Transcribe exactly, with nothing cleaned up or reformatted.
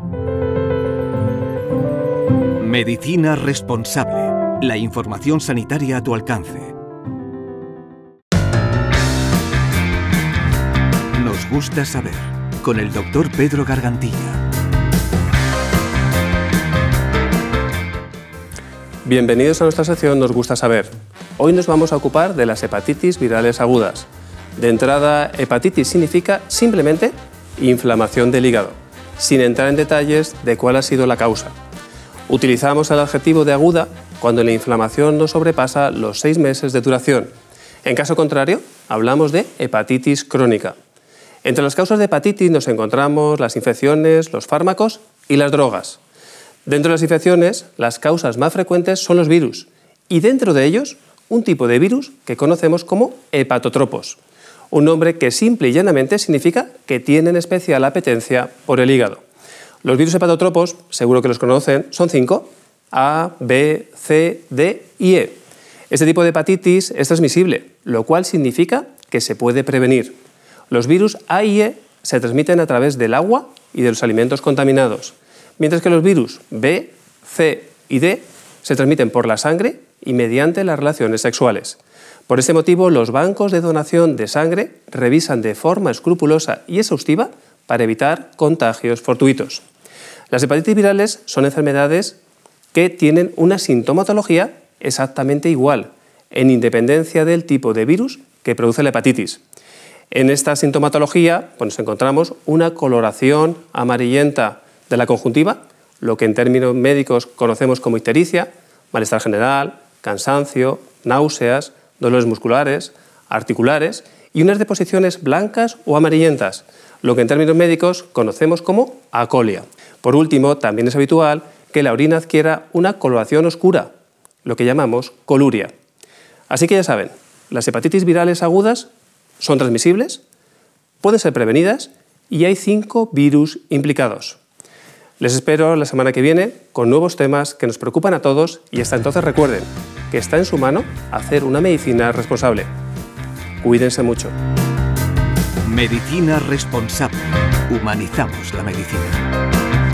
Medicina responsable. La información sanitaria a tu alcance. Nos gusta saber, con el doctor Pedro Gargantilla. Bienvenidos a nuestra sección Nos gusta saber. Hoy nos vamos a ocupar de las hepatitis virales agudas. De entrada, hepatitis significa simplemente inflamación del hígado, sin entrar en detalles de cuál ha sido la causa. Utilizamos el adjetivo de aguda cuando la inflamación no sobrepasa los seis meses de duración. En caso contrario, hablamos de hepatitis crónica. Entre las causas de hepatitis nos encontramos las infecciones, los fármacos y las drogas. Dentro de las infecciones, las causas más frecuentes son los virus, y dentro de ellos, un tipo de virus que conocemos como hepatotropos, un nombre que simple y llanamente significa que tienen especial apetencia por el hígado. Los virus hepatotropos, seguro que los conocen, son cinco: A, B, C, D y E. Este tipo de hepatitis es transmisible, lo cual significa que se puede prevenir. Los virus A y E se transmiten a través del agua y de los alimentos contaminados, mientras que los virus B, C y D se transmiten por la sangre y mediante las relaciones sexuales. Por este motivo, los bancos de donación de sangre revisan de forma escrupulosa y exhaustiva para evitar contagios fortuitos. Las hepatitis virales son enfermedades que tienen una sintomatología exactamente igual, en independencia del tipo de virus que produce la hepatitis. En esta sintomatología pues, nos encontramos una coloración amarillenta de la conjuntiva, lo que en términos médicos conocemos como ictericia, malestar general, cansancio, náuseas, dolores musculares, articulares y unas deposiciones blancas o amarillentas, lo que en términos médicos conocemos como acolia. Por último, también es habitual que la orina adquiera una coloración oscura, lo que llamamos coluria. Así que ya saben, las hepatitis virales agudas son transmisibles, pueden ser prevenidas y hay cinco virus implicados. Les espero la semana que viene con nuevos temas que nos preocupan a todos y hasta entonces recuerden que está en su mano hacer una medicina responsable. Cuídense mucho. Medicina responsable. Humanizamos la medicina.